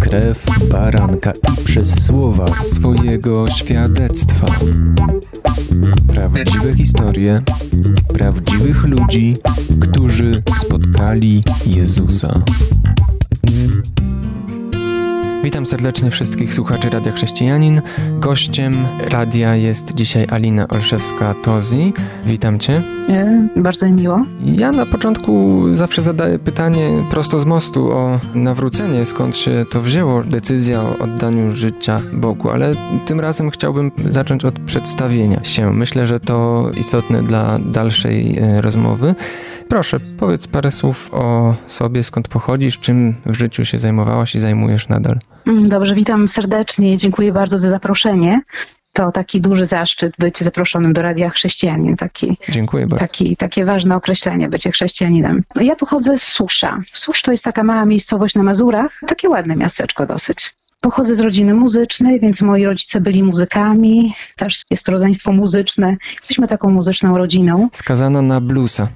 krew baranka i przez słowa swojego świadectwa. Prawdziwe historie prawdziwych ludzi, którzy spotkali Jezusa. Witam serdecznie wszystkich słuchaczy Radia Chrześcijanin. Gościem radia jest dzisiaj Alina Olszewska-Tozi. Witam Cię. Bardzo mi miło. Ja na początku zawsze zadaję pytanie prosto z mostu o nawrócenie, skąd się to wzięło, decyzja o oddaniu życia Bogu, ale tym razem chciałbym zacząć od przedstawienia się. Myślę, że to istotne dla dalszej rozmowy. Proszę, powiedz parę słów o sobie, skąd pochodzisz, czym w życiu się zajmowałaś i zajmujesz nadal. Dobrze, witam serdecznie, dziękuję bardzo za zaproszenie. To taki duży zaszczyt być zaproszonym do Radia Chrześcijanin. Dziękuję bardzo. Takie ważne określenie, bycie chrześcijaninem. Ja pochodzę z Susza. Susz to jest taka mała miejscowość na Mazurach, takie ładne miasteczko dosyć. Pochodzę z rodziny muzycznej, więc moi rodzice byli muzykami, też jest to rodzeństwo muzyczne. Jesteśmy taką muzyczną rodziną. Skazana na bluesa.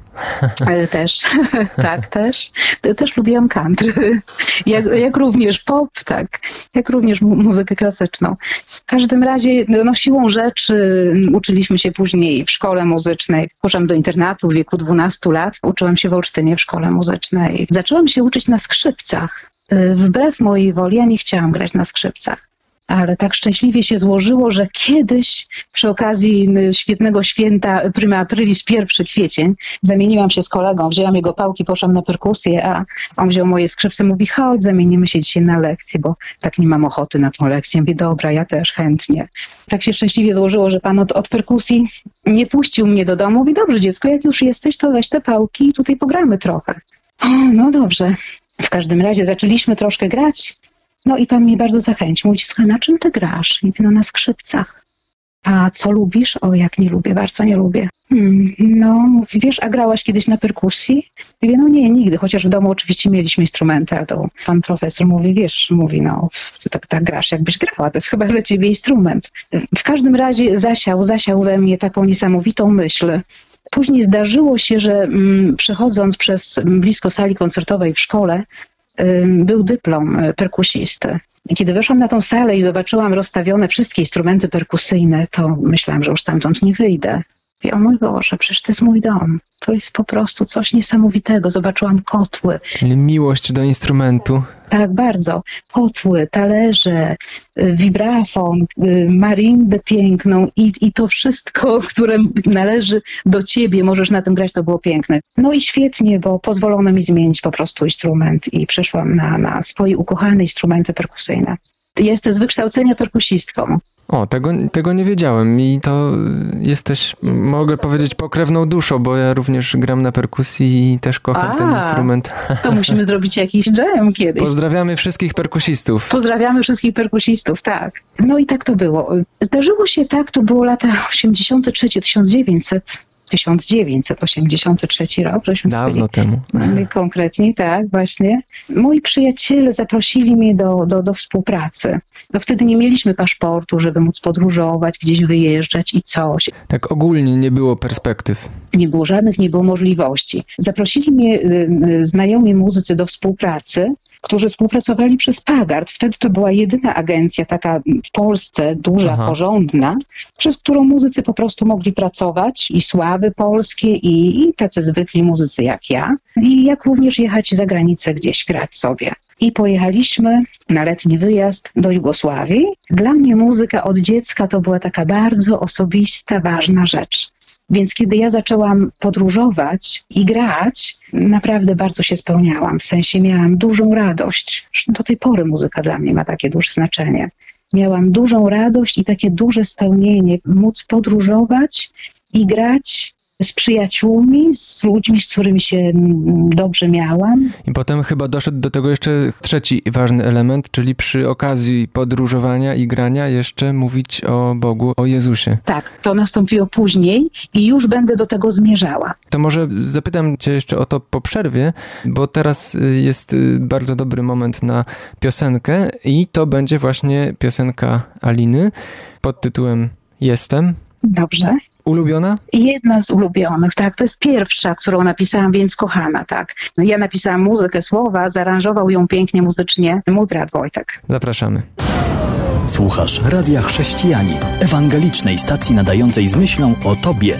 Też, tak, też. Też lubiłam country, jak również pop, tak, jak również muzykę klasyczną. W każdym razie, siłą rzeczy uczyliśmy się później w szkole muzycznej. Poszłam do internatu w wieku 12 lat, uczyłam się w Olsztynie w szkole muzycznej. Zaczęłam się uczyć na skrzypcach. Wbrew mojej woli, ja nie chciałam grać na skrzypcach. Ale tak szczęśliwie się złożyło, że kiedyś przy okazji świetnego święta Prima Aprilis, 1 kwiecień, zamieniłam się z kolegą, wzięłam jego pałki, poszłam na perkusję, a on wziął moje skrzypce, mówi: chodź, zamienimy się dzisiaj na lekcję, bo tak nie mam ochoty na tą lekcję. Mówię: dobra, ja też chętnie. Tak się szczęśliwie złożyło, że pan od perkusji nie puścił mnie do domu. Mówi: dobrze dziecko, jak już jesteś, to weź te pałki i tutaj pogramy trochę. O, no dobrze. W każdym razie zaczęliśmy troszkę grać. No i pan mnie bardzo zachęcił. Mówi: słuchaj, na czym ty grasz? I mówię: no na skrzypcach. A co lubisz? O, jak nie lubię, bardzo nie lubię. No, mówi: wiesz, a grałaś kiedyś na perkusji? Ja mówię: no nie, nigdy, chociaż w domu oczywiście mieliśmy instrumenty, a to pan profesor mówi: wiesz, no, ty tak grasz, jakbyś grała, to jest chyba dla ciebie instrument. W każdym razie zasiał we mnie taką niesamowitą myśl. Później zdarzyło się, że przechodząc przez blisko sali koncertowej w szkole, był dyplom perkusisty. I kiedy weszłam na tą salę i zobaczyłam rozstawione wszystkie instrumenty perkusyjne, to myślałam, że już stamtąd nie wyjdę. I o mój Boże, przecież to jest mój dom. To jest po prostu coś niesamowitego. Zobaczyłam kotły. Czyli miłość do instrumentu. Tak, bardzo. Kotły, talerze, wibrafon, marimbę piękną i to wszystko, które należy do ciebie, możesz na tym grać, to było piękne. No i świetnie, bo pozwolono mi zmienić po prostu instrument i przeszłam na swoje ukochane instrumenty perkusyjne. Jestem z wykształcenia perkusistką. O, tego nie wiedziałem i to jesteś, mogę powiedzieć, pokrewną duszą, bo ja również gram na perkusji i też kocham ten instrument. To musimy zrobić jakiś jam kiedyś. Pozdrawiamy wszystkich perkusistów. Pozdrawiamy wszystkich perkusistów, tak. No i tak to było. Zdarzyło się tak, to było lata 1983 rok. Dawno temu. Konkretnie, tak, właśnie. Moi przyjaciele zaprosili mnie do współpracy. No wtedy nie mieliśmy paszportu, żeby móc podróżować, gdzieś wyjeżdżać i coś. Tak ogólnie nie było perspektyw. Nie było możliwości. Zaprosili mnie znajomi muzycy do współpracy, którzy współpracowali przez Pagard. Wtedy to była jedyna agencja taka w Polsce, duża, porządna, przez którą muzycy po prostu mogli pracować i sławy polskie i tacy zwykli muzycy jak ja. I jak również jechać za granicę gdzieś grać sobie. I pojechaliśmy na letni wyjazd do Jugosławii. Dla mnie muzyka od dziecka to była taka bardzo osobista, ważna rzecz. Więc kiedy ja zaczęłam podróżować i grać, naprawdę bardzo się spełniałam. W sensie miałam dużą radość. Do tej pory muzyka dla mnie ma takie duże znaczenie. Miałam dużą radość i takie duże spełnienie. Móc podróżować i grać z przyjaciółmi, z ludźmi, z którymi się dobrze miałam. I potem chyba doszedł do tego jeszcze trzeci ważny element, czyli przy okazji podróżowania i grania jeszcze mówić o Bogu, o Jezusie. Tak, to nastąpiło później i już będę do tego zmierzała. To może zapytam Cię jeszcze o to po przerwie, bo teraz jest bardzo dobry moment na piosenkę i to będzie właśnie piosenka Aliny pod tytułem Jestem. Dobrze. Ulubiona? Jedna z ulubionych, tak. To jest pierwsza, którą napisałam, więc kochana, tak. Ja napisałam muzykę, słowa, zaaranżował ją pięknie muzycznie mój brat Wojtek. Zapraszamy. Słuchasz Radia Chrześcijani, ewangelicznej stacji nadającej z myślą o Tobie.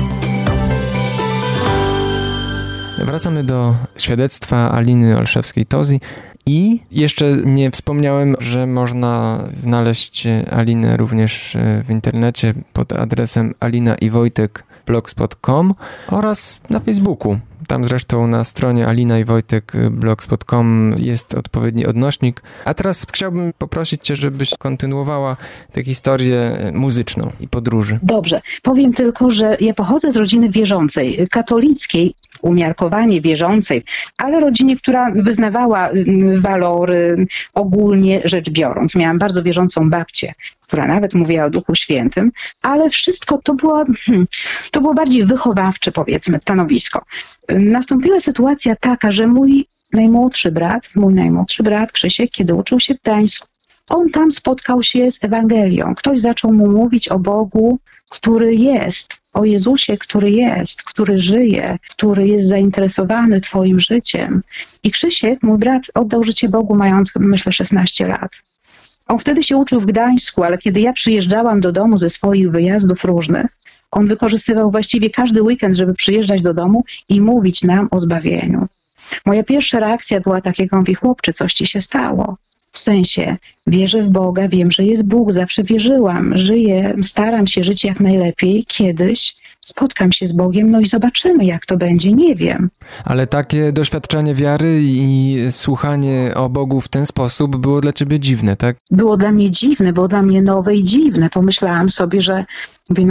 Wracamy do świadectwa Aliny Olszewskiej-Tozi i jeszcze nie wspomniałem, że można znaleźć Alinę również w internecie pod adresem alinaiwojtek.blogspot.com oraz na Facebooku. Tam zresztą na stronie alinaiwojtek.blogspot.com jest odpowiedni odnośnik. A teraz chciałbym poprosić Cię, żebyś kontynuowała tę historię muzyczną i podróży. Dobrze. Powiem tylko, że ja pochodzę z rodziny wierzącej, katolickiej, umiarkowanie wierzącej, ale rodzinie, która wyznawała walory ogólnie rzecz biorąc. Miałam bardzo wierzącą babcię, która nawet mówiła o Duchu Świętym, ale wszystko to było bardziej wychowawcze, powiedzmy, stanowisko. Nastąpiła sytuacja taka, że mój najmłodszy brat Krzysiek, kiedy uczył się w Gdańsku, on tam spotkał się z Ewangelią. Ktoś zaczął mu mówić o Bogu, który jest, o Jezusie, który żyje, który jest zainteresowany Twoim życiem. I Krzysiek, mój brat, oddał życie Bogu mając, myślę, 16 lat. On wtedy się uczył w Gdańsku, ale kiedy ja przyjeżdżałam do domu ze swoich wyjazdów różnych, on wykorzystywał właściwie każdy weekend, żeby przyjeżdżać do domu i mówić nam o zbawieniu. Moja pierwsza reakcja była takiego, mówi, chłopcze, coś ci się stało. W sensie, wierzę w Boga, wiem, że jest Bóg, zawsze wierzyłam, żyję, staram się żyć jak najlepiej, kiedyś spotkam się z Bogiem, no i zobaczymy, jak to będzie, nie wiem. Ale takie doświadczenie wiary i słuchanie o Bogu w ten sposób było dla ciebie dziwne, tak? Było dla mnie dziwne, było dla mnie nowe i dziwne. Pomyślałam sobie, że mówię,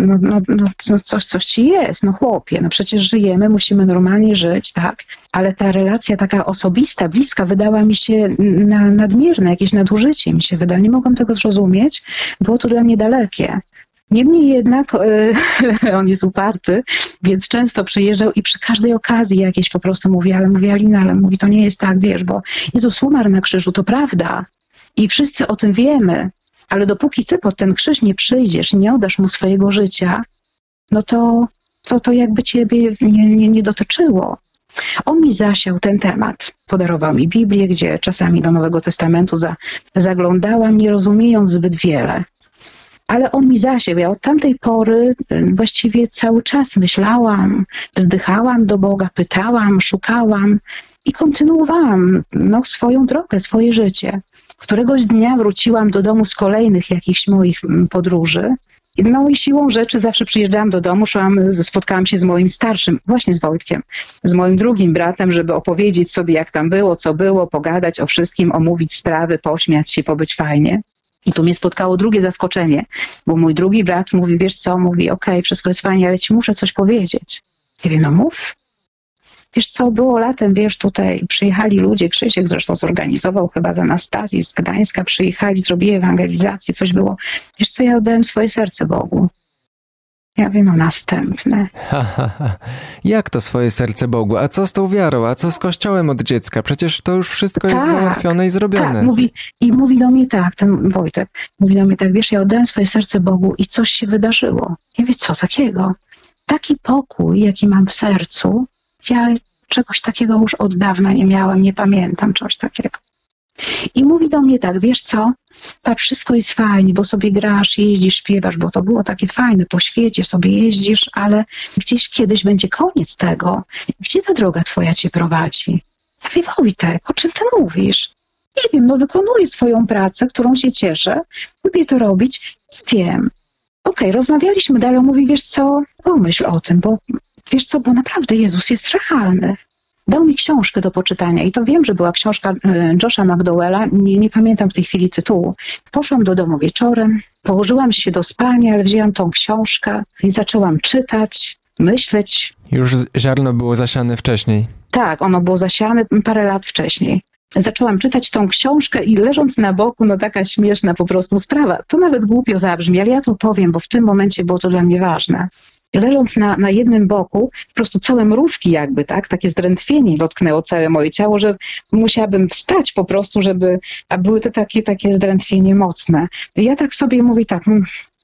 coś ci jest, no chłopie, no przecież żyjemy, musimy normalnie żyć, tak? Ale ta relacja taka osobista, bliska wydała mi się nadmierna, jakieś nadużycie mi się wydało. Nie mogłam tego zrozumieć, było to dla mnie dalekie. Niemniej jednak on jest uparty, więc często przyjeżdżał i przy każdej okazji jakieś po prostu mówi, Alina, ale mówi, to nie jest tak, wiesz, bo Jezus umarł na krzyżu, to prawda i wszyscy o tym wiemy, ale dopóki ty pod ten krzyż nie przyjdziesz i nie oddasz mu swojego życia, no to jakby ciebie nie dotyczyło. On mi zasiał ten temat. Podarował mi Biblię, gdzie czasami do Nowego Testamentu zaglądałam, nie rozumiejąc zbyt wiele. Ale on mi zasiał. Ja od tamtej pory właściwie cały czas myślałam, wzdychałam do Boga, pytałam, szukałam i kontynuowałam swoją drogę, swoje życie. Któregoś dnia wróciłam do domu z kolejnych jakichś moich podróży. No i siłą rzeczy zawsze przyjeżdżałam do domu, spotkałam się z moim starszym, właśnie z Wojtkiem, z moim drugim bratem, żeby opowiedzieć sobie, jak tam było, co było, pogadać o wszystkim, omówić sprawy, pośmiać się, pobyć fajnie. I tu mnie spotkało drugie zaskoczenie, bo mój drugi brat mówi, wiesz co, mówi, okej, wszystko jest fajnie, ale ci muszę coś powiedzieć. Ja mówię, no mów. Wiesz co, było latem, wiesz, tutaj przyjechali ludzie, Krzysiek zresztą zorganizował chyba z Anastazji, z Gdańska, przyjechali, zrobili ewangelizację, coś było. Wiesz co, ja oddałem swoje serce Bogu. Ja wiem, następne. Jak to swoje serce Bogu? A co z tą wiarą? A co z Kościołem od dziecka? Przecież to już wszystko jest załatwione i zrobione. Tak, mówi do mnie tak, ten Wojtek, mówi do mnie tak, wiesz, ja oddałem swoje serce Bogu i coś się wydarzyło. Ja wiem, co takiego? Taki pokój, jaki mam w sercu, ja czegoś takiego już od dawna nie miałam, nie pamiętam czegoś takiego. I mówi do mnie tak, wiesz co, patrz, wszystko jest fajnie, bo sobie grasz, jeździsz, śpiewasz, bo to było takie fajne, po świecie sobie jeździsz, ale gdzieś kiedyś będzie koniec tego. Gdzie ta droga twoja cię prowadzi? Ja mówię, Wojtek, o czym ty mówisz? Nie wiem, wykonuję swoją pracę, którą się cieszę, lubię to robić i wiem. Okej, rozmawialiśmy dalej, on mówi, wiesz co, pomyśl o tym, bo wiesz co, bo naprawdę Jezus jest realny. Dał mi książkę do poczytania i to wiem, że była książka Josha McDowella, nie pamiętam w tej chwili tytułu. Poszłam do domu wieczorem, położyłam się do spania, ale wzięłam tą książkę i zaczęłam czytać, myśleć. Już ziarno było zasiane wcześniej. Tak, ono było zasiane parę lat wcześniej. Zaczęłam czytać tą książkę i leżąc na boku, taka śmieszna po prostu sprawa. To nawet głupio zabrzmi, ale ja to powiem, bo w tym momencie było to dla mnie ważne. Leżąc na jednym boku, po prostu całe mrówki jakby, tak, takie zdrętwienie dotknęło całe moje ciało, że musiałabym wstać po prostu, a były to takie zdrętwienie mocne. I ja tak sobie mówię tak,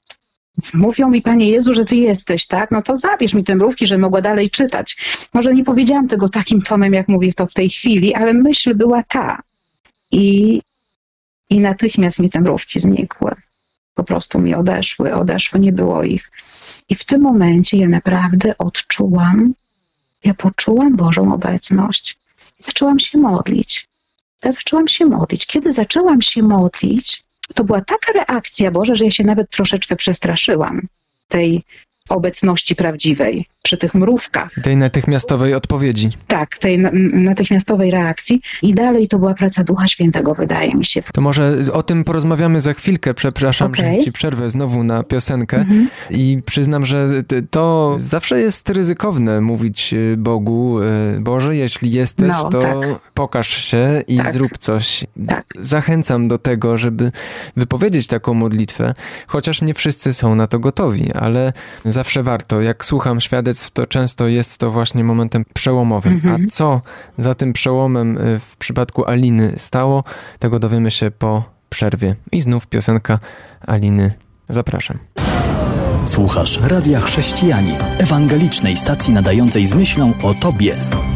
Mówią mi, Panie Jezu, że Ty jesteś, tak? No to zabierz mi te mrówki, że mogła dalej czytać. Może nie powiedziałam tego takim tonem, jak mówię to w tej chwili, ale myśl była ta. I natychmiast mi te mrówki znikły. Po prostu mi odeszły, nie było ich. I w tym momencie ja naprawdę poczułam Bożą obecność. Zaczęłam się modlić. Kiedy zaczęłam się modlić, to była taka reakcja Boża, że ja się nawet troszeczkę przestraszyłam tej obecności prawdziwej przy tych mrówkach. Tej natychmiastowej odpowiedzi. Tak, tej natychmiastowej reakcji. I dalej to była praca Ducha Świętego, wydaje mi się. To może o tym porozmawiamy za chwilkę. Przepraszam, że ci przerwę znowu na piosenkę. I przyznam, że to zawsze jest ryzykowne mówić Bogu, Boże, jeśli jesteś, to pokaż się i zrób coś. Tak. Zachęcam do tego, żeby wypowiedzieć taką modlitwę, chociaż nie wszyscy są na to gotowi, ale zawsze warto. Jak słucham świadectw, to często jest to właśnie momentem przełomowym. A co za tym przełomem w przypadku Aliny stało, tego dowiemy się po przerwie. I znów piosenka Aliny. Zapraszam. Słuchasz Radia Chrześcijanin, ewangelicznej stacji nadającej z myślą o Tobie.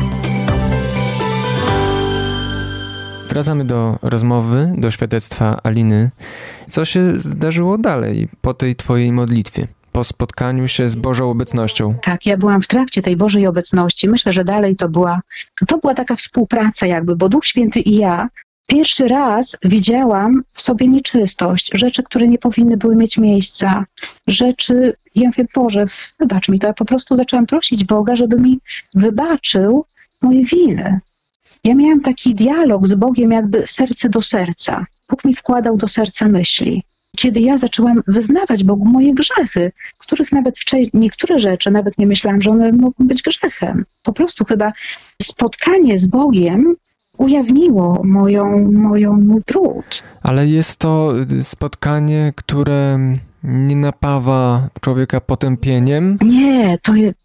Wracamy do rozmowy, do świadectwa Aliny. Co się zdarzyło dalej po tej twojej modlitwie? Po spotkaniu się z Bożą obecnością. Tak, ja byłam w trakcie tej Bożej obecności. Myślę, że dalej to była taka współpraca jakby, bo Duch Święty i ja pierwszy raz widziałam w sobie nieczystość, rzeczy, które nie powinny były mieć miejsca, ja mówię, Boże, wybacz mi to. Ja po prostu zaczęłam prosić Boga, żeby mi wybaczył moje winy. Ja miałam taki dialog z Bogiem jakby serce do serca. Bóg mi wkładał do serca myśli. Kiedy ja zaczęłam wyznawać Bogu moje grzechy, których nawet niektóre rzeczy nawet nie myślałam, że one mogą być grzechem. Po prostu chyba spotkanie z Bogiem ujawniło mój brud. Ale jest to spotkanie, które nie napawa człowieka potępieniem? Nie.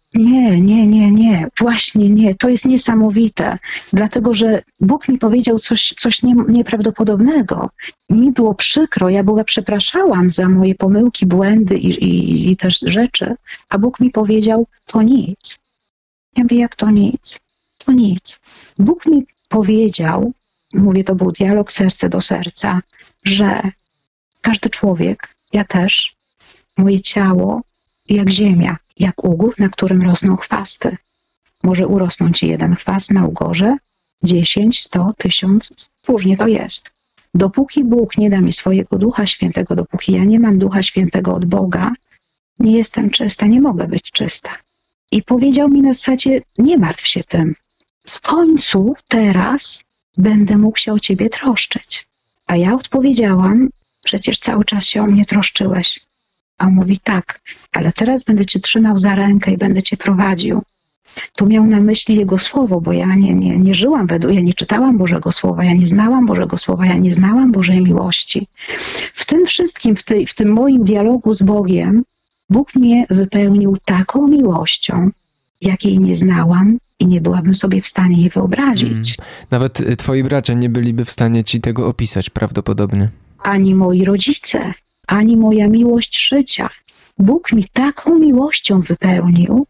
Właśnie nie. To jest niesamowite. Dlatego, że Bóg mi powiedział coś nieprawdopodobnego. Mi było przykro, przepraszałam za moje pomyłki, błędy i też rzeczy. A Bóg mi powiedział, to nic. Ja mówię, jak to nic? To nic. Bóg mi powiedział, to był dialog serce do serca, że każdy człowiek, ja też, moje ciało jak ziemia, jak ugór, na którym rosną chwasty. Może urosnąć ci jeden chwast na ugorze, 10, 100, 1000, różnie to jest. Dopóki Bóg nie da mi swojego Ducha Świętego, dopóki ja nie mam Ducha Świętego od Boga, nie jestem czysta, nie mogę być czysta. I powiedział mi na zasadzie, nie martw się tym. W końcu teraz będę mógł się o ciebie troszczyć. A ja odpowiedziałam, przecież cały czas się o mnie troszczyłeś. A on mówi, tak, ale teraz będę cię trzymał za rękę i będę cię prowadził. Tu miał na myśli Jego Słowo, bo ja nie żyłam ja nie czytałam Bożego Słowa, ja nie znałam Bożego Słowa, ja nie znałam Bożej miłości. W tym wszystkim, w tym moim dialogu z Bogiem, Bóg mnie wypełnił taką miłością, jakiej nie znałam i nie byłabym sobie w stanie jej wyobrazić. Nawet twoi bracia nie byliby w stanie ci tego opisać prawdopodobnie. Ani moi rodzice, ani moja miłość życia. Bóg mi taką miłością wypełnił.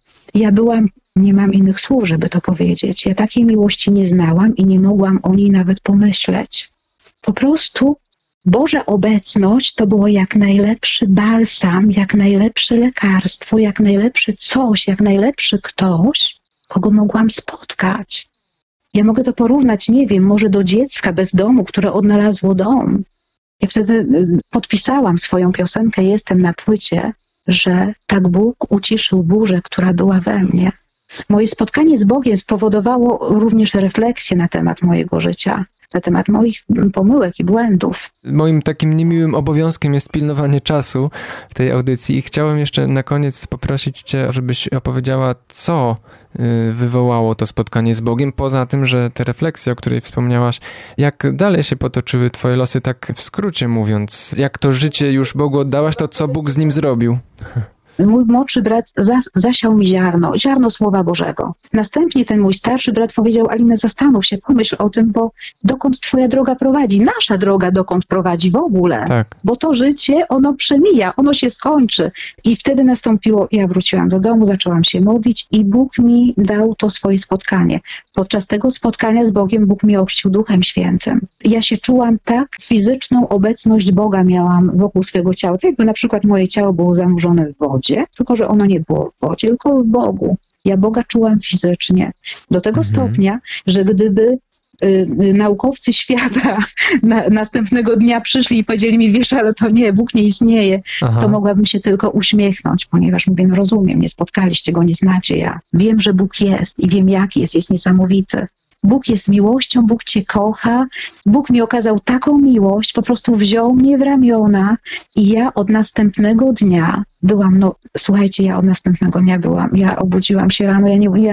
Nie mam innych słów, żeby to powiedzieć. Ja takiej miłości nie znałam i nie mogłam o niej nawet pomyśleć. Po prostu Boża obecność to było jak najlepszy balsam, jak najlepsze lekarstwo, jak najlepszy coś, jak najlepszy ktoś, kogo mogłam spotkać. Ja mogę to porównać, nie wiem, może do dziecka bez domu, które odnalazło dom. Ja wtedy podpisałam swoją piosenkę Jestem na płycie, że tak Bóg uciszył burzę, która była we mnie. Moje spotkanie z Bogiem spowodowało również refleksję na temat mojego życia, na temat moich pomyłek i błędów. Moim takim niemiłym obowiązkiem jest pilnowanie czasu w tej audycji i chciałem jeszcze na koniec poprosić cię, żebyś opowiedziała, co wywołało to spotkanie z Bogiem, poza tym, że te refleksje, o której wspomniałaś, jak dalej się potoczyły twoje losy, tak w skrócie mówiąc, jak to życie już Bogu oddałaś, to co Bóg z nim zrobił? mój młodszy brat zasiał mi ziarno Słowa Bożego. Następnie ten mój starszy brat powiedział: Alina, zastanów się, pomyśl o tym, bo dokąd twoja droga prowadzi? Nasza droga dokąd prowadzi w ogóle? Tak. Bo to życie, ono przemija, ono się skończy. I wtedy nastąpiło, ja wróciłam do domu, zaczęłam się modlić i Bóg mi dał to swoje spotkanie. Podczas tego spotkania z Bogiem Bóg mnie ochrzcił Duchem Świętym. Ja się czułam tak, fizyczną obecność Boga miałam wokół swojego ciała. Tak jakby na przykład moje ciało było zanurzone w wodzie, tylko że ono nie było w wodzie, tylko w Bogu. Ja Boga czułam fizycznie. Do tego stopnia, że gdyby naukowcy świata następnego dnia przyszli i powiedzieli mi: wiesz, ale to nie, Bóg nie istnieje, to mogłabym się tylko uśmiechnąć, ponieważ mówię: no rozumiem, nie spotkaliście Go, nie znacie, ja wiem, że Bóg jest i wiem, jaki jest niesamowity. Bóg jest miłością, Bóg cię kocha, Bóg mi okazał taką miłość, po prostu wziął mnie w ramiona i ja od następnego dnia byłam, słuchajcie, ja od następnego dnia ja obudziłam się rano,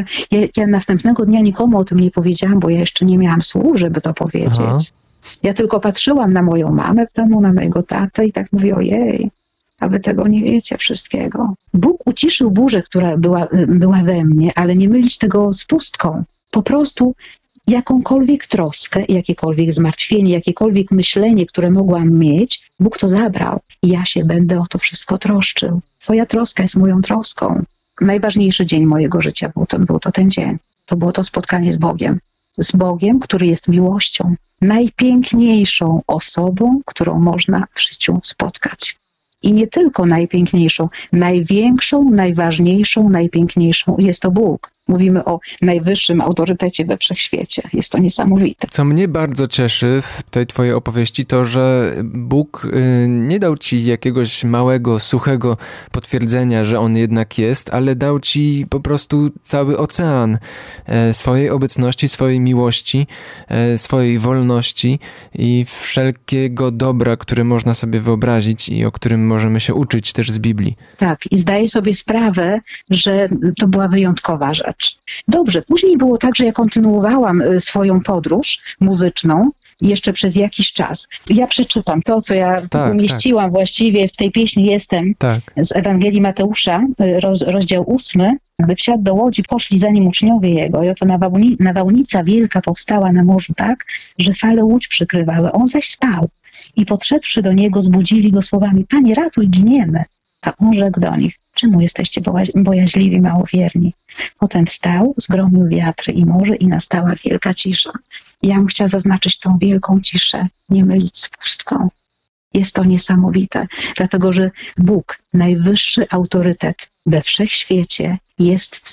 ja następnego dnia nikomu o tym nie powiedziałam, bo ja jeszcze nie miałam słów, żeby to powiedzieć. Ja tylko patrzyłam na moją mamę w domu, na mojego tatę i tak mówię: ojej, a wy tego nie wiecie wszystkiego. Bóg uciszył burzę, która była we mnie, ale nie mylić tego z pustką. Po prostu jakąkolwiek troskę, jakiekolwiek zmartwienie, jakiekolwiek myślenie, które mogłam mieć, Bóg to zabrał. I ja się będę o to wszystko troszczył. Twoja troska jest moją troską. Najważniejszy dzień mojego życia był to ten dzień. To było to spotkanie z Bogiem. Z Bogiem, który jest miłością. Najpiękniejszą osobą, którą można w życiu spotkać. I nie tylko najpiękniejszą, największą, najważniejszą, najpiękniejszą jest to Bóg. Mówimy o najwyższym autorytecie we wszechświecie. Jest to niesamowite. Co mnie bardzo cieszy w tej twojej opowieści, to że Bóg nie dał ci jakiegoś małego, suchego potwierdzenia, że On jednak jest, ale dał ci po prostu cały ocean swojej obecności, swojej miłości, swojej wolności i wszelkiego dobra, które można sobie wyobrazić i o którym możemy się uczyć też z Biblii. Tak, i zdaję sobie sprawę, że to była wyjątkowa rzecz. Dobrze, później było tak, że ja kontynuowałam swoją podróż muzyczną jeszcze przez jakiś czas. Ja przeczytam to, co ja umieściłam właściwie w tej pieśni Jestem z Ewangelii Mateusza, rozdział 8. Gdy wsiadł do łodzi, poszli za nim uczniowie jego i oto nawałnica wielka powstała na morzu tak, że fale łódź przykrywały. On zaś spał i podszedłszy do niego, zbudzili go słowami: Panie, ratuj, giniemy. A on rzekł do nich: czemu jesteście bojaźliwi, małowierni? Potem wstał, zgromił wiatry i morze i nastała wielka cisza. Ja bym chciała zaznaczyć tą wielką ciszę, nie mylić z pustką. Jest to niesamowite, dlatego że Bóg, najwyższy autorytet we wszechświecie, jest w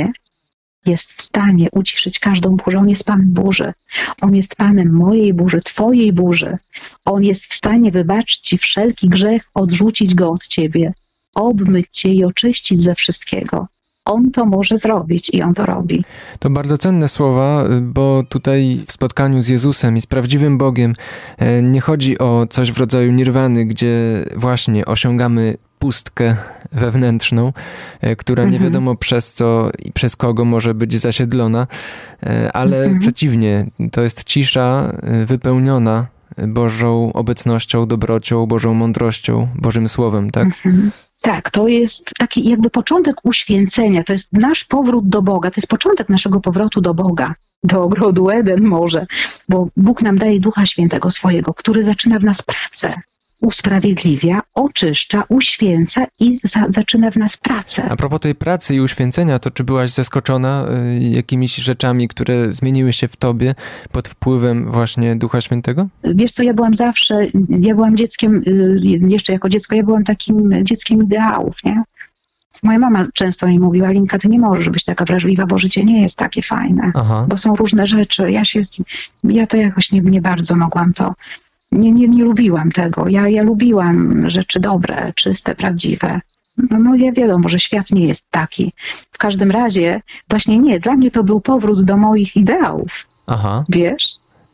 stanie uciszyć każdą burzę. On jest Panem burzy. On jest Panem mojej burzy, twojej burzy. On jest w stanie wybaczyć ci wszelki grzech, odrzucić go od ciebie, obmyć cię i oczyścić ze wszystkiego. On to może zrobić i On to robi. To bardzo cenne słowa, bo tutaj w spotkaniu z Jezusem i z prawdziwym Bogiem nie chodzi o coś w rodzaju nirwany, gdzie właśnie osiągamy pustkę wewnętrzną, która nie wiadomo przez co i przez kogo może być zasiedlona, ale przeciwnie, to jest cisza wypełniona Bożą obecnością, dobrocią, Bożą mądrością, Bożym Słowem, tak? Tak, to jest taki jakby początek uświęcenia, to jest nasz powrót do Boga, to jest początek naszego powrotu do Boga, do ogrodu Eden może, bo Bóg nam daje Ducha Świętego swojego, który zaczyna w nas pracę. Usprawiedliwia, oczyszcza, uświęca i zaczyna w nas pracę. A propos tej pracy i uświęcenia, to czy byłaś zaskoczona jakimiś rzeczami, które zmieniły się w tobie pod wpływem właśnie Ducha Świętego? Wiesz co, ja byłam dzieckiem, jeszcze jako dziecko, ja byłam takim dzieckiem ideałów, nie? Moja mama często mi mówiła: Alinka, ty nie możesz być taka wrażliwa, bo życie nie jest takie fajne, bo są różne rzeczy. Ja to jakoś nie bardzo mogłam to. Nie lubiłam tego. Ja lubiłam rzeczy dobre, czyste, prawdziwe. No ja wiadomo, że świat nie jest taki. W każdym razie, właśnie nie, dla mnie to był powrót do moich ideałów. Wiesz?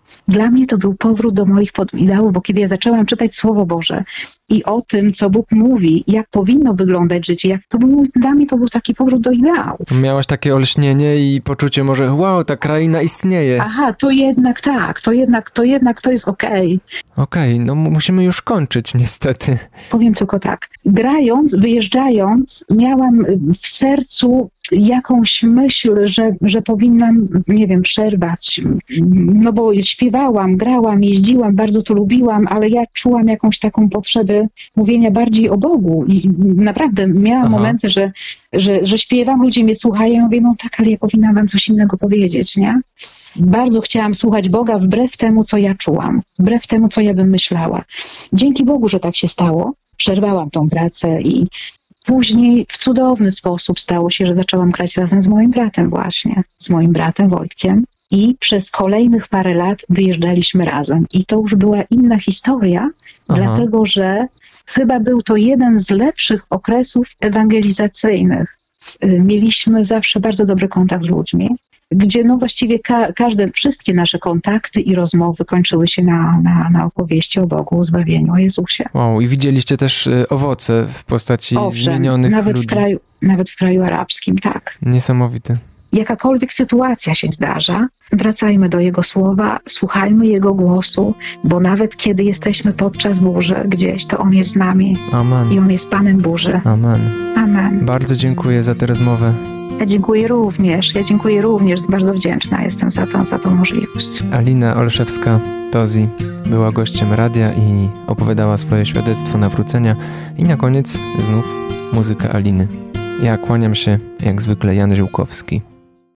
Dla mnie to był powrót do moich ideałów, bo kiedy ja zaczęłam czytać Słowo Boże i o tym, co Bóg mówi, jak powinno wyglądać życie, dla mnie to był taki powrót do ideału. Miałaś takie olśnienie i poczucie może, wow, ta kraina istnieje. Aha, to jednak tak, to jest okej. Okej, no musimy już kończyć niestety. Powiem tylko tak, wyjeżdżając, miałam w sercu jakąś myśl, że powinnam, nie wiem, przerwać. No bo śpiewałam, grałam, jeździłam, bardzo to lubiłam, ale ja czułam jakąś taką potrzebę mówienia bardziej o Bogu. I naprawdę miałam momenty, że śpiewam, ludzie mnie słuchają, ja mówię, no tak, ale ja powinnam wam coś innego powiedzieć, nie? Bardzo chciałam słuchać Boga wbrew temu, co ja czułam, wbrew temu, co ja bym myślała. Dzięki Bogu, że tak się stało. Przerwałam tą pracę i później w cudowny sposób stało się, że zaczęłam grać razem z moim bratem właśnie, z moim bratem Wojtkiem i przez kolejnych parę lat wyjeżdżaliśmy razem. I to już była inna historia, dlatego że chyba był to jeden z lepszych okresów ewangelizacyjnych. Mieliśmy zawsze bardzo dobry kontakt z ludźmi, gdzie no właściwie wszystkie nasze kontakty i rozmowy kończyły się na opowieści o Bogu, o zbawieniu, o Jezusie. Wow, i widzieliście też owoce w postaci zmienionych ludzi. Nawet w kraju arabskim, tak. Niesamowite. Jakakolwiek sytuacja się zdarza, wracajmy do Jego słowa, słuchajmy Jego głosu, bo nawet kiedy jesteśmy podczas burzy gdzieś, to On jest z nami. Amen. I On jest Panem burzy. Amen. Amen. Bardzo dziękuję za tę rozmowę. Ja dziękuję również. Bardzo wdzięczna jestem za tą możliwość. Alina Olszewska-Tozi była gościem radia i opowiadała swoje świadectwo nawrócenia. I na koniec znów muzyka Aliny. Ja kłaniam się, jak zwykle, Jan Ziółkowski.